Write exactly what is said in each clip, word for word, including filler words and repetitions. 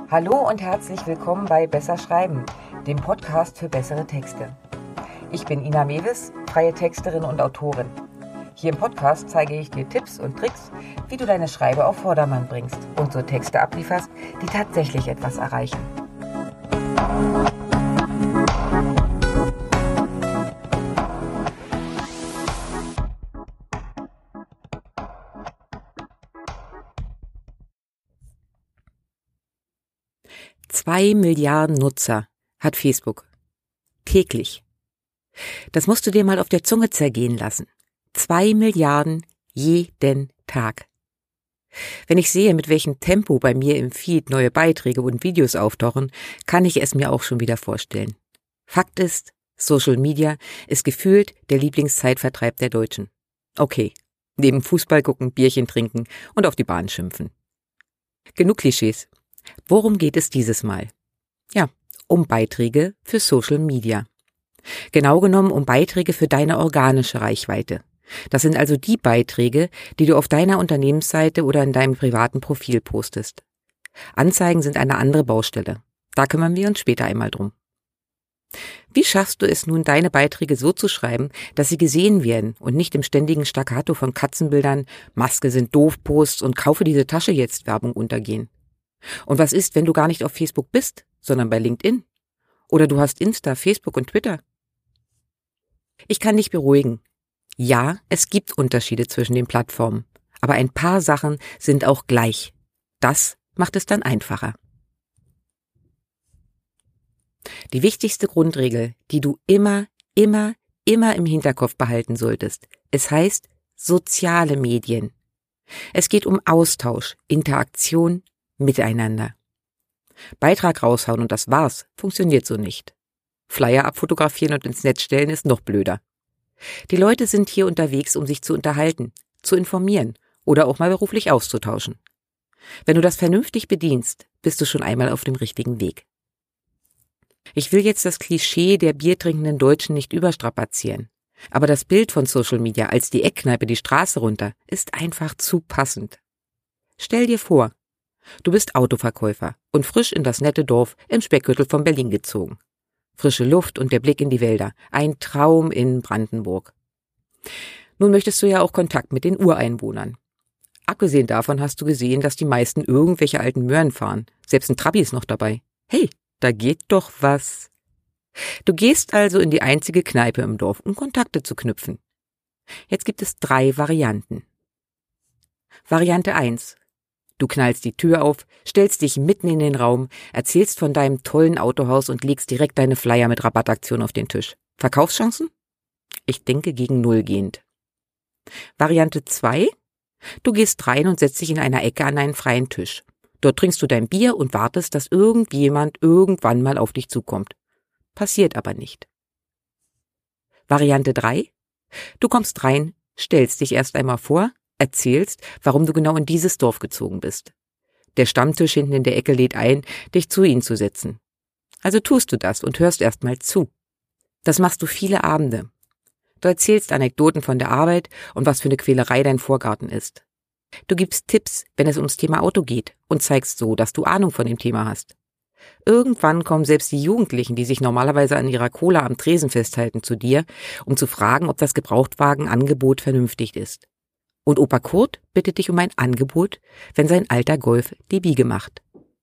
Hallo und herzlich willkommen bei Besser Schreiben, dem Podcast für bessere Texte. Ich bin Ina Mewis, freie Texterin und Autorin. Hier im Podcast zeige ich dir Tipps und Tricks, wie du deine Schreibe auf Vordermann bringst und so Texte ablieferst, die tatsächlich etwas erreichen. Zwei Milliarden Nutzer hat Facebook. Täglich. Das musst du dir mal auf der Zunge zergehen lassen. Zwei Milliarden jeden Tag. Wenn ich sehe, mit welchem Tempo bei mir im Feed neue Beiträge und Videos auftauchen, kann ich es mir auch schon wieder vorstellen. Fakt ist, Social Media ist gefühlt der Lieblingszeitvertreib der Deutschen. Okay, neben Fußball gucken, Bierchen trinken und auf die Bahn schimpfen. Genug Klischees. Worum geht es dieses Mal? Ja, um Beiträge für Social Media. Genau genommen um Beiträge für deine organische Reichweite. Das sind also die Beiträge, die du auf deiner Unternehmensseite oder in deinem privaten Profil postest. Anzeigen sind eine andere Baustelle. Da kümmern wir uns später einmal drum. Wie schaffst du es nun, deine Beiträge so zu schreiben, dass sie gesehen werden und nicht im ständigen Staccato von Katzenbildern, Maske sind doof Posts und kaufe diese Tasche jetzt Werbung untergehen? Und was ist, wenn du gar nicht auf Facebook bist, sondern bei LinkedIn? Oder du hast Insta, Facebook und Twitter? Ich kann dich beruhigen. Ja, es gibt Unterschiede zwischen den Plattformen, aber ein paar Sachen sind auch gleich. Das macht es dann einfacher. Die wichtigste Grundregel, die du immer, immer, immer im Hinterkopf behalten solltest, es heißt soziale Medien. Es geht um Austausch, Interaktion, Miteinander. Beitrag raushauen und das war's, funktioniert so nicht. Flyer abfotografieren und ins Netz stellen ist noch blöder. Die Leute sind hier unterwegs, um sich zu unterhalten, zu informieren oder auch mal beruflich auszutauschen. Wenn du das vernünftig bedienst, bist du schon einmal auf dem richtigen Weg. Ich will jetzt das Klischee der biertrinkenden Deutschen nicht überstrapazieren, aber das Bild von Social Media als die Eckkneipe die Straße runter ist einfach zu passend. Stell dir vor, du bist Autoverkäufer und frisch in das nette Dorf im Speckgürtel von Berlin gezogen. Frische Luft und der Blick in die Wälder, ein Traum in Brandenburg. Nun möchtest du ja auch Kontakt mit den Ureinwohnern. Abgesehen davon hast du gesehen, dass die meisten irgendwelche alten Möhren fahren. Selbst ein Trabi ist noch dabei. Hey, da geht doch was. Du gehst also in die einzige Kneipe im Dorf, um Kontakte zu knüpfen. Jetzt gibt es drei Varianten. Variante eins. Du knallst die Tür auf, stellst dich mitten in den Raum, erzählst von deinem tollen Autohaus und legst direkt deine Flyer mit Rabattaktion auf den Tisch. Verkaufschancen? Ich denke gegen Null gehend. Variante zwei. Du gehst rein und setzt dich in einer Ecke an einen freien Tisch. Dort trinkst du dein Bier und wartest, dass irgendjemand irgendwann mal auf dich zukommt. Passiert aber nicht. Variante drei. Du kommst rein, stellst dich erst einmal vor, erzählst, warum du genau in dieses Dorf gezogen bist. Der Stammtisch hinten in der Ecke lädt ein, dich zu ihnen zu setzen. Also tust du das und hörst erst mal zu. Das machst du viele Abende. Du erzählst Anekdoten von der Arbeit und was für eine Quälerei dein Vorgarten ist. Du gibst Tipps, wenn es ums Thema Auto geht und zeigst so, dass du Ahnung von dem Thema hast. Irgendwann kommen selbst die Jugendlichen, die sich normalerweise an ihrer Cola am Tresen festhalten, zu dir, um zu fragen, ob das Gebrauchtwagenangebot vernünftig ist. Und Opa Kurt bittet dich um ein Angebot, wenn sein alter Golf die Biege macht.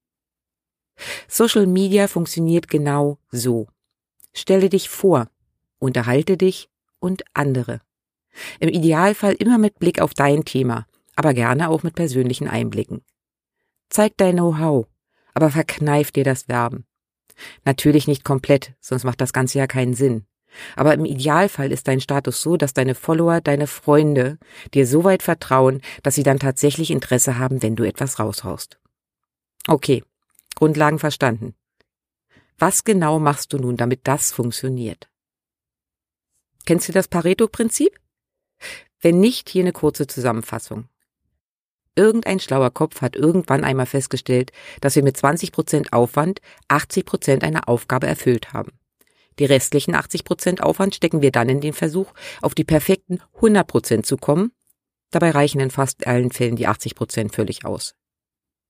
Social Media funktioniert genau so. Stelle dich vor, unterhalte dich und andere. Im Idealfall immer mit Blick auf dein Thema, aber gerne auch mit persönlichen Einblicken. Zeig dein Know-how, aber verkneif dir das Werben. Natürlich nicht komplett, sonst macht das Ganze ja keinen Sinn. Aber im Idealfall ist dein Status so, dass deine Follower, deine Freunde dir so weit vertrauen, dass sie dann tatsächlich Interesse haben, wenn du etwas raushaust. Okay, Grundlagen verstanden. Was genau machst du nun, damit das funktioniert? Kennst du das Pareto-Prinzip? Wenn nicht, hier eine kurze Zusammenfassung. Irgendein schlauer Kopf hat irgendwann einmal festgestellt, dass wir mit zwanzig Prozent Aufwand achtzig Prozent einer Aufgabe erfüllt haben. Die restlichen achtzig Prozent Aufwand stecken wir dann in den Versuch, auf die perfekten hundert Prozent zu kommen. Dabei reichen in fast allen Fällen die achtzig Prozent völlig aus.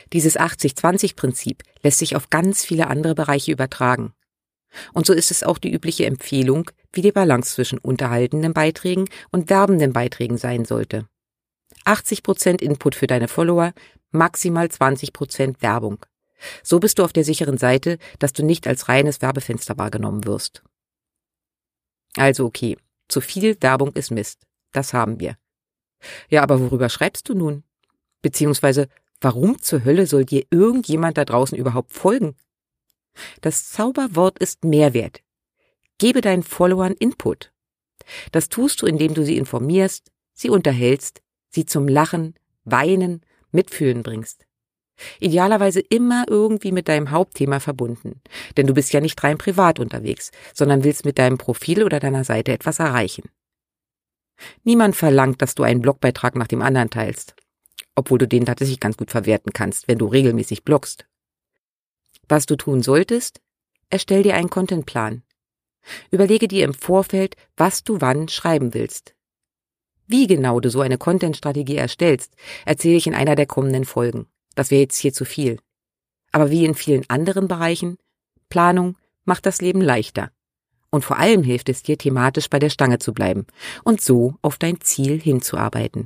Dieses achtzig zwanzig Prinzip lässt sich auf ganz viele andere Bereiche übertragen. Und so ist es auch die übliche Empfehlung, wie die Balance zwischen unterhaltenden Beiträgen und werbenden Beiträgen sein sollte. achtzig Prozent Input für deine Follower, maximal zwanzig Prozent Werbung. So bist du auf der sicheren Seite, dass du nicht als reines Werbefenster wahrgenommen wirst. Also okay, zu viel Werbung ist Mist. Das haben wir. Ja, aber worüber schreibst du nun? Beziehungsweise, warum zur Hölle soll dir irgendjemand da draußen überhaupt folgen? Das Zauberwort ist Mehrwert. Gebe deinen Followern Input. Das tust du, indem du sie informierst, sie unterhältst, sie zum Lachen, Weinen, Mitfühlen bringst. Idealerweise immer irgendwie mit deinem Hauptthema verbunden, denn du bist ja nicht rein privat unterwegs, sondern willst mit deinem Profil oder deiner Seite etwas erreichen. Niemand verlangt, dass du einen Blogbeitrag nach dem anderen teilst, obwohl du den tatsächlich ganz gut verwerten kannst, wenn du regelmäßig bloggst. Was du tun solltest? Erstell dir einen Contentplan. Überlege dir im Vorfeld, was du wann schreiben willst. Wie genau du so eine Content-Strategie erstellst, erzähle ich in einer der kommenden Folgen. Das wäre jetzt hier zu viel. Aber wie in vielen anderen Bereichen, Planung macht das Leben leichter. Und vor allem hilft es dir, thematisch bei der Stange zu bleiben und so auf dein Ziel hinzuarbeiten.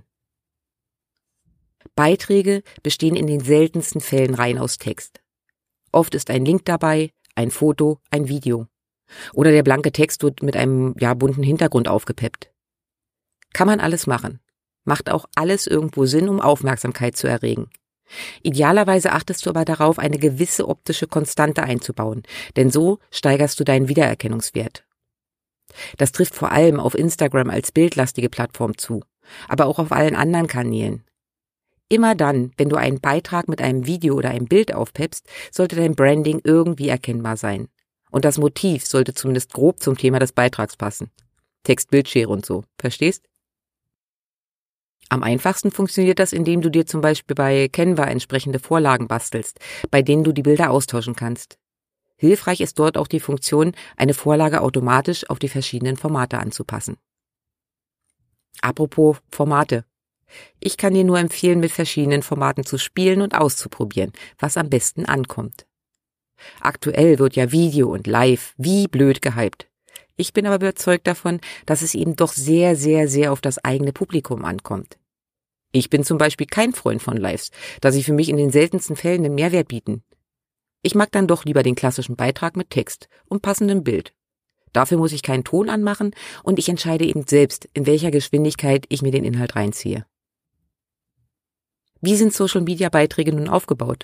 Beiträge bestehen in den seltensten Fällen rein aus Text. Oft ist ein Link dabei, ein Foto, ein Video. Oder der blanke Text wird mit einem ja, bunten Hintergrund aufgepeppt. Kann man alles machen. Macht auch alles irgendwo Sinn, um Aufmerksamkeit zu erregen. Idealerweise achtest du aber darauf, eine gewisse optische Konstante einzubauen, denn so steigerst du deinen Wiedererkennungswert. Das trifft vor allem auf Instagram als bildlastige Plattform zu, aber auch auf allen anderen Kanälen. Immer dann, wenn du einen Beitrag mit einem Video oder einem Bild aufpeppst, sollte dein Branding irgendwie erkennbar sein. Und das Motiv sollte zumindest grob zum Thema des Beitrags passen. Text, Bildschere und so, verstehst? Am einfachsten funktioniert das, indem du dir zum Beispiel bei Canva entsprechende Vorlagen bastelst, bei denen du die Bilder austauschen kannst. Hilfreich ist dort auch die Funktion, eine Vorlage automatisch auf die verschiedenen Formate anzupassen. Apropos Formate. Ich kann dir nur empfehlen, mit verschiedenen Formaten zu spielen und auszuprobieren, was am besten ankommt. Aktuell wird ja Video und Live wie blöd gehypt. Ich bin aber überzeugt davon, dass es eben doch sehr, sehr, sehr auf das eigene Publikum ankommt. Ich bin zum Beispiel kein Freund von Lives, da sie für mich in den seltensten Fällen einen Mehrwert bieten. Ich mag dann doch lieber den klassischen Beitrag mit Text und passendem Bild. Dafür muss ich keinen Ton anmachen und ich entscheide eben selbst, in welcher Geschwindigkeit ich mir den Inhalt reinziehe. Wie sind Social-Media-Beiträge nun aufgebaut?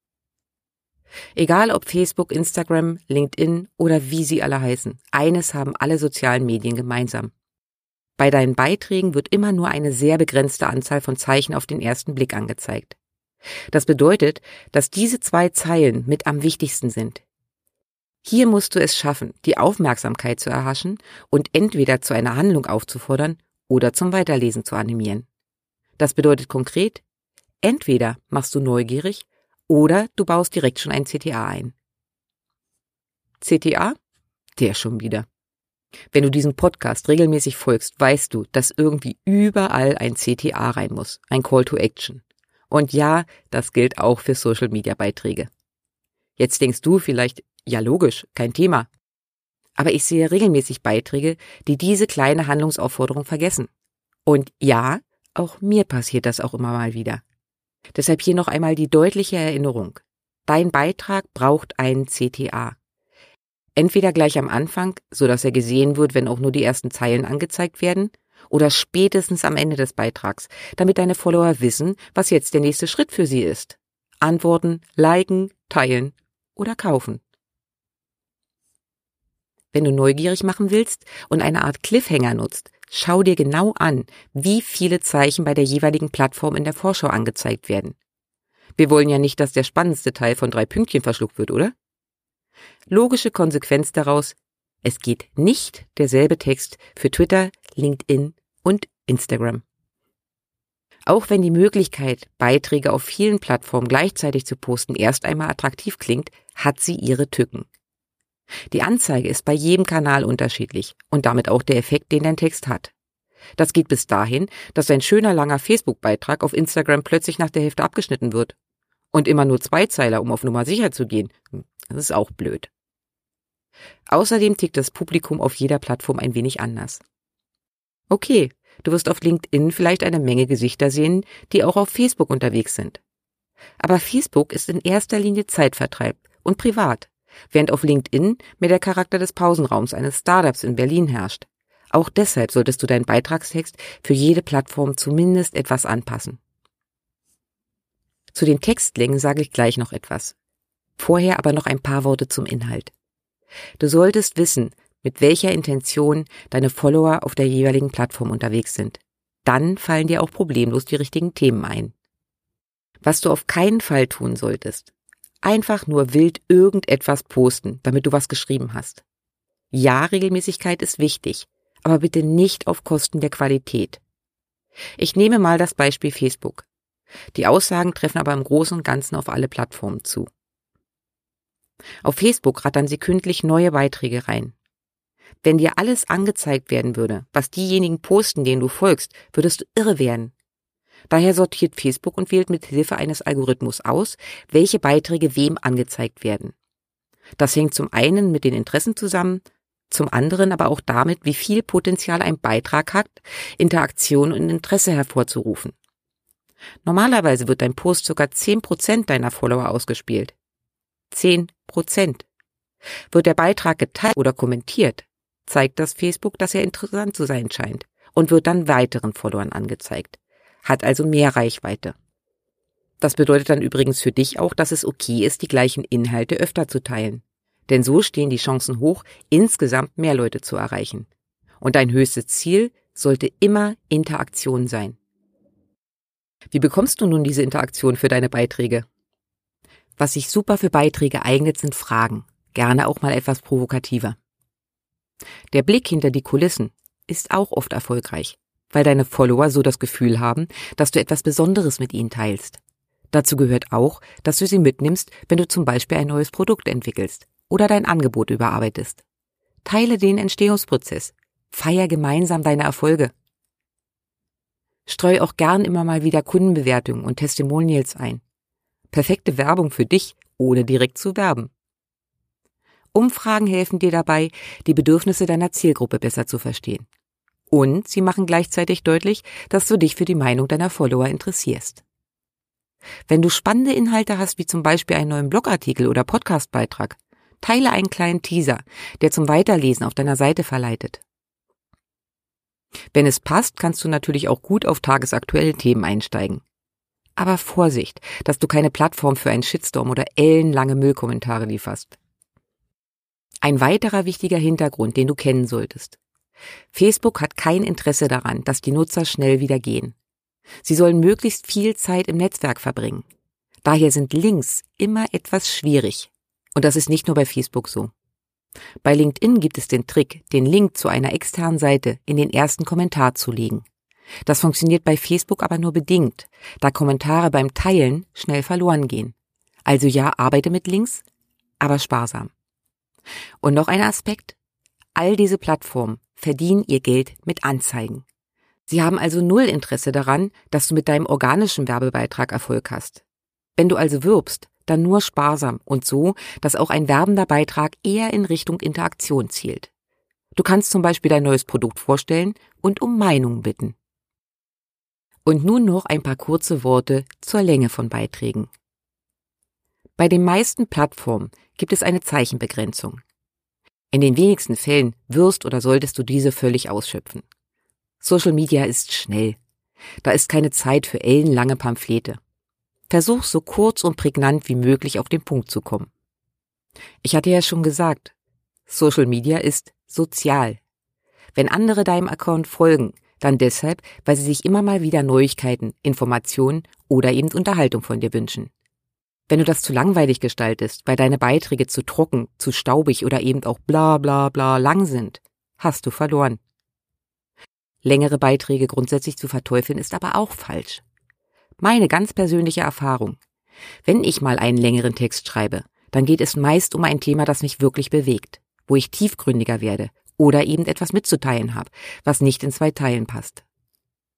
Egal ob Facebook, Instagram, LinkedIn oder wie sie alle heißen, eines haben alle sozialen Medien gemeinsam. Bei deinen Beiträgen wird immer nur eine sehr begrenzte Anzahl von Zeichen auf den ersten Blick angezeigt. Das bedeutet, dass diese zwei Zeilen mit am wichtigsten sind. Hier musst du es schaffen, die Aufmerksamkeit zu erhaschen und entweder zu einer Handlung aufzufordern oder zum Weiterlesen zu animieren. Das bedeutet konkret, entweder machst du neugierig oder du baust direkt schon ein C T A ein. C T A? Der schon wieder. Wenn du diesem Podcast regelmäßig folgst, weißt du, dass irgendwie überall ein C T A rein muss, ein Call to Action. Und ja, das gilt auch für Social-Media-Beiträge. Jetzt denkst du vielleicht, ja logisch, kein Thema. Aber ich sehe regelmäßig Beiträge, die diese kleine Handlungsaufforderung vergessen. Und ja, auch mir passiert das auch immer mal wieder. Deshalb hier noch einmal die deutliche Erinnerung. Dein Beitrag braucht einen C T A. Entweder gleich am Anfang, sodass er gesehen wird, wenn auch nur die ersten Zeilen angezeigt werden, oder spätestens am Ende des Beitrags, damit deine Follower wissen, was jetzt der nächste Schritt für sie ist. Antworten, liken, teilen oder kaufen. Wenn du neugierig machen willst und eine Art Cliffhanger nutzt, schau dir genau an, wie viele Zeichen bei der jeweiligen Plattform in der Vorschau angezeigt werden. Wir wollen ja nicht, dass der spannendste Teil von drei Pünktchen verschluckt wird, oder? Logische Konsequenz daraus, es geht nicht derselbe Text für Twitter, LinkedIn und Instagram. Auch wenn die Möglichkeit, Beiträge auf vielen Plattformen gleichzeitig zu posten, erst einmal attraktiv klingt, hat sie ihre Tücken. Die Anzeige ist bei jedem Kanal unterschiedlich und damit auch der Effekt, den dein Text hat. Das geht bis dahin, dass ein schöner langer Facebook-Beitrag auf Instagram plötzlich nach der Hälfte abgeschnitten wird. Und immer nur Zweizeiler, um auf Nummer sicher zu gehen. Das ist auch blöd. Außerdem tickt das Publikum auf jeder Plattform ein wenig anders. Okay, du wirst auf LinkedIn vielleicht eine Menge Gesichter sehen, die auch auf Facebook unterwegs sind. Aber Facebook ist in erster Linie Zeitvertreib und privat, während auf LinkedIn mehr der Charakter des Pausenraums eines Startups in Berlin herrscht. Auch deshalb solltest du deinen Beitragstext für jede Plattform zumindest etwas anpassen. Zu den Textlängen sage ich gleich noch etwas. Vorher aber noch ein paar Worte zum Inhalt. Du solltest wissen, mit welcher Intention deine Follower auf der jeweiligen Plattform unterwegs sind. Dann fallen dir auch problemlos die richtigen Themen ein. Was du auf keinen Fall tun solltest: einfach nur wild irgendetwas posten, damit du was geschrieben hast. Ja, Regelmäßigkeit ist wichtig, aber bitte nicht auf Kosten der Qualität. Ich nehme mal das Beispiel Facebook. Die Aussagen treffen aber im Großen und Ganzen auf alle Plattformen zu. Auf Facebook rattern sekündlich neue Beiträge rein. Wenn dir alles angezeigt werden würde, was diejenigen posten, denen du folgst, würdest du irre werden. Daher sortiert Facebook und wählt mit Hilfe eines Algorithmus aus, welche Beiträge wem angezeigt werden. Das hängt zum einen mit den Interessen zusammen, zum anderen aber auch damit, wie viel Potenzial ein Beitrag hat, Interaktion und Interesse hervorzurufen. Normalerweise wird dein Post ca. zehn Prozent deiner Follower ausgespielt. zehn Prozent. Wird der Beitrag geteilt oder kommentiert, zeigt das Facebook, dass er interessant zu sein scheint und wird dann weiteren Followern angezeigt. Hat also mehr Reichweite. Das bedeutet dann übrigens für dich auch, dass es okay ist, die gleichen Inhalte öfter zu teilen. Denn so stehen die Chancen hoch, insgesamt mehr Leute zu erreichen. Und dein höchstes Ziel sollte immer Interaktion sein. Wie bekommst du nun diese Interaktion für deine Beiträge? Was sich super für Beiträge eignet, sind Fragen, gerne auch mal etwas provokativer. Der Blick hinter die Kulissen ist auch oft erfolgreich, weil deine Follower so das Gefühl haben, dass du etwas Besonderes mit ihnen teilst. Dazu gehört auch, dass du sie mitnimmst, wenn du zum Beispiel ein neues Produkt entwickelst oder dein Angebot überarbeitest. Teile den Entstehungsprozess, feier gemeinsam deine Erfolge. Streu auch gern immer mal wieder Kundenbewertungen und Testimonials ein. Perfekte Werbung für dich, ohne direkt zu werben. Umfragen helfen dir dabei, die Bedürfnisse deiner Zielgruppe besser zu verstehen. Und sie machen gleichzeitig deutlich, dass du dich für die Meinung deiner Follower interessierst. Wenn du spannende Inhalte hast, wie zum Beispiel einen neuen Blogartikel oder Podcastbeitrag, teile einen kleinen Teaser, der zum Weiterlesen auf deiner Seite verleitet. Wenn es passt, kannst du natürlich auch gut auf tagesaktuelle Themen einsteigen. Aber Vorsicht, dass du keine Plattform für einen Shitstorm oder ellenlange Müllkommentare lieferst. Ein weiterer wichtiger Hintergrund, den du kennen solltest. Facebook hat kein Interesse daran, dass die Nutzer schnell wieder gehen. Sie sollen möglichst viel Zeit im Netzwerk verbringen. Daher sind Links immer etwas schwierig. Und das ist nicht nur bei Facebook so. Bei LinkedIn gibt es den Trick, den Link zu einer externen Seite in den ersten Kommentar zu legen. Das funktioniert bei Facebook aber nur bedingt, da Kommentare beim Teilen schnell verloren gehen. Also ja, arbeite mit Links, aber sparsam. Und noch ein Aspekt: All diese Plattformen verdienen ihr Geld mit Anzeigen. Sie haben also null Interesse daran, dass du mit deinem organischen Werbebeitrag Erfolg hast. Wenn du also wirbst, dann nur sparsam und so, dass auch ein werbender Beitrag eher in Richtung Interaktion zielt. Du kannst zum Beispiel dein neues Produkt vorstellen und um Meinung bitten. Und nun noch ein paar kurze Worte zur Länge von Beiträgen. Bei den meisten Plattformen gibt es eine Zeichenbegrenzung. In den wenigsten Fällen wirst oder solltest du diese völlig ausschöpfen. Social Media ist schnell. Da ist keine Zeit für ellenlange Pamphlete. Versuch so kurz und prägnant wie möglich auf den Punkt zu kommen. Ich hatte ja schon gesagt, Social Media ist sozial. Wenn andere deinem Account folgen, dann deshalb, weil sie sich immer mal wieder Neuigkeiten, Informationen oder eben Unterhaltung von dir wünschen. Wenn du das zu langweilig gestaltest, weil deine Beiträge zu trocken, zu staubig oder eben auch bla bla bla lang sind, hast du verloren. Längere Beiträge grundsätzlich zu verteufeln ist aber auch falsch. Meine ganz persönliche Erfahrung: Wenn ich mal einen längeren Text schreibe, dann geht es meist um ein Thema, das mich wirklich bewegt, wo ich tiefgründiger werde oder eben etwas mitzuteilen habe, was nicht in zwei Teilen passt.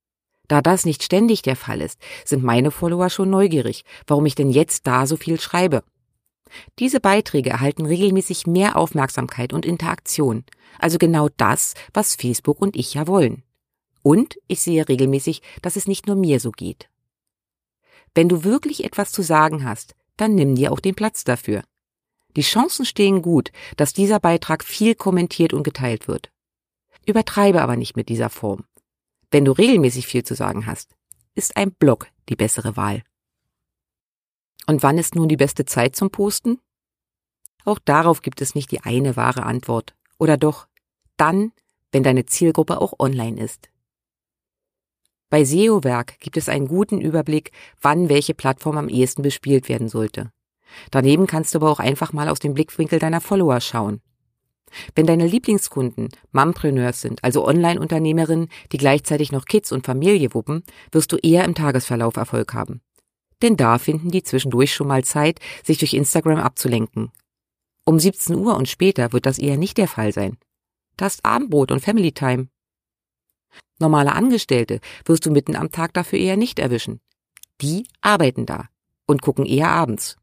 Da das nicht ständig der Fall ist, sind meine Follower schon neugierig, warum ich denn jetzt da so viel schreibe. Diese Beiträge erhalten regelmäßig mehr Aufmerksamkeit und Interaktion, also genau das, was Facebook und ich ja wollen. Und ich sehe regelmäßig, dass es nicht nur mir so geht. Wenn du wirklich etwas zu sagen hast, dann nimm dir auch den Platz dafür. Die Chancen stehen gut, dass dieser Beitrag viel kommentiert und geteilt wird. Übertreibe aber nicht mit dieser Form. Wenn du regelmäßig viel zu sagen hast, ist ein Blog die bessere Wahl. Und wann ist nun die beste Zeit zum Posten? Auch darauf gibt es nicht die eine wahre Antwort. Oder doch, dann, wenn deine Zielgruppe auch online ist. Bei S E O-Werk gibt es einen guten Überblick, wann welche Plattform am ehesten bespielt werden sollte. Daneben kannst du aber auch einfach mal aus dem Blickwinkel deiner Follower schauen. Wenn deine Lieblingskunden Mompreneurs sind, also Online-Unternehmerinnen, die gleichzeitig noch Kids und Familie wuppen, wirst du eher im Tagesverlauf Erfolg haben. Denn da finden die zwischendurch schon mal Zeit, sich durch Instagram abzulenken. Um siebzehn Uhr und später wird das eher nicht der Fall sein. Da ist Abendbrot und Family Time. Normale Angestellte wirst du mitten am Tag dafür eher nicht erwischen. Die arbeiten da und gucken eher abends.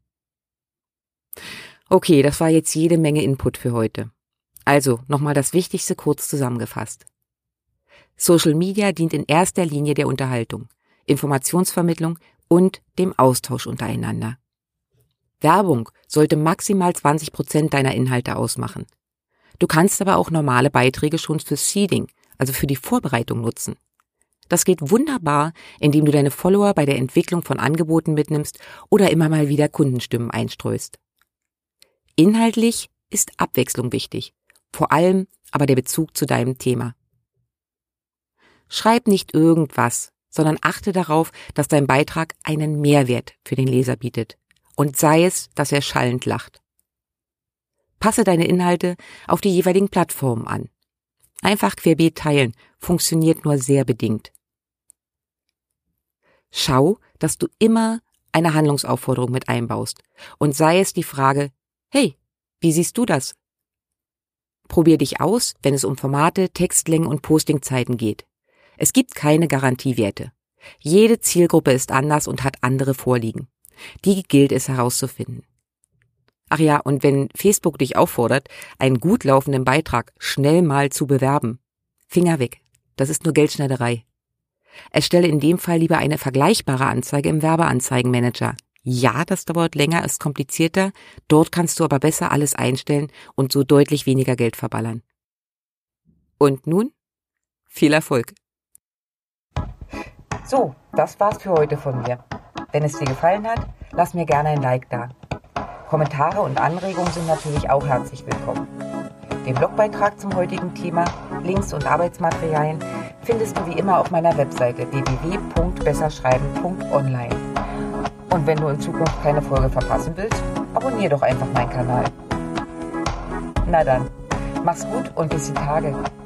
Okay, das war jetzt jede Menge Input für heute. Also, nochmal das Wichtigste kurz zusammengefasst. Social Media dient in erster Linie der Unterhaltung, Informationsvermittlung und dem Austausch untereinander. Werbung sollte maximal zwanzig Prozent deiner Inhalte ausmachen. Du kannst aber auch normale Beiträge schon für Seeding, also für die Vorbereitung nutzen. Das geht wunderbar, indem du deine Follower bei der Entwicklung von Angeboten mitnimmst oder immer mal wieder Kundenstimmen einstreust. Inhaltlich ist Abwechslung wichtig, vor allem aber der Bezug zu deinem Thema. Schreib nicht irgendwas, sondern achte darauf, dass dein Beitrag einen Mehrwert für den Leser bietet und sei es, dass er schallend lacht. Passe deine Inhalte auf die jeweiligen Plattformen an. Einfach querbeet teilen funktioniert nur sehr bedingt. Schau, dass du immer eine Handlungsaufforderung mit einbaust und sei es die Frage, hey, wie siehst du das? Probier dich aus, wenn es um Formate, Textlängen und Postingzeiten geht. Es gibt keine Garantiewerte. Jede Zielgruppe ist anders und hat andere Vorlieben. Die gilt es herauszufinden. Ach ja, und wenn Facebook dich auffordert, einen gut laufenden Beitrag schnell mal zu bewerben, Finger weg. Das ist nur Geldschneiderei. Erstelle in dem Fall lieber eine vergleichbare Anzeige im Werbeanzeigenmanager. Ja, das dauert länger, ist komplizierter, dort kannst du aber besser alles einstellen und so deutlich weniger Geld verballern. Und nun, viel Erfolg! So, das war's für heute von mir. Wenn es dir gefallen hat, lass mir gerne ein Like da. Kommentare und Anregungen sind natürlich auch herzlich willkommen. Den Blogbeitrag zum heutigen Thema, Links und Arbeitsmaterialien findest du wie immer auf meiner Webseite w w w punkt besserschreiben punkt online. Und wenn du in Zukunft keine Folge verpassen willst, abonnier doch einfach meinen Kanal. Na dann, mach's gut und bis die Tage.